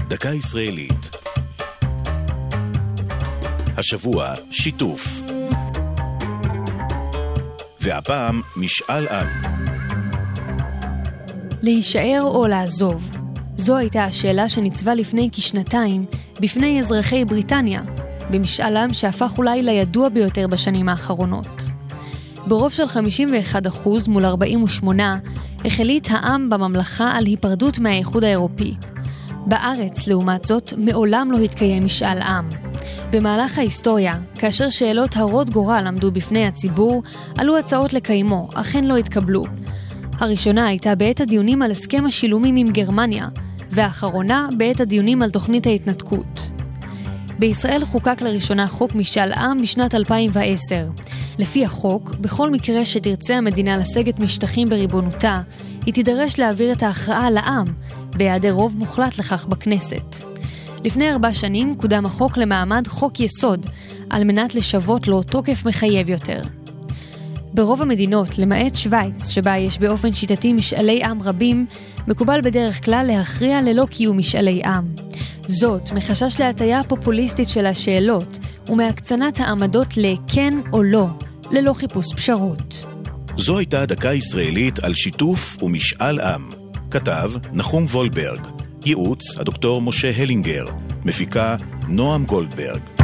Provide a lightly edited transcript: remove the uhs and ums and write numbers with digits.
דקה ישראלית. השבוע שיתוף. והפעם משאל עם. להישאר או לעזוב? זו הייתה השאלה שניצבה לפני כשנתיים בפני אזרחי בריטניה, במשאל עם שהפך אולי לידוע ביותר בשנים האחרונות. ברוב של 51% מול 48 החליט העם בממלכה על היפרדות מהאיחוד האירופי. בארץ, לעומת זאת, מעולם לא התקיים משאל עם. במהלך ההיסטוריה, כאשר שאלות הרות גורל עמדו בפני הציבור, עלו הצעות לקיימו, אכן לא התקבלו. הראשונה הייתה בעת הדיונים על הסכם השילומים עם גרמניה, והאחרונה בעת הדיונים על תוכנית ההתנתקות. בישראל חוקק לראשונה חוק משאל עם בשנת 2010. לפי החוק, בכל מקרה שתרצה המדינה לסגת משטחים בריבונותה, היא תידרש להעביר את ההכרעה לעם, בהיעדר רוב מוחלט לכך בכנסת. לפני 4 שנים קודם החוק למעמד חוק יסוד, על מנת לשוות לו תוקף מחייב יותר. ברוב המדינות, למעט שוויץ, שבה יש באופן שיטתי משאלי עם רבים, מקובל בדרך כלל להכריע ללא קיום משאלי עם. זאת מחשש להטיה פופוליסטית של השאלות, ומהקצנת העמדות לכן או לא, ללא חיפוש פשרות. זו הייתה דקה ישראלית על שיתוף ומשאל עם. כתב נחום וולברג, ייעוץ הדוקטור משה הלינגר, מפיקה נועם גולדברג.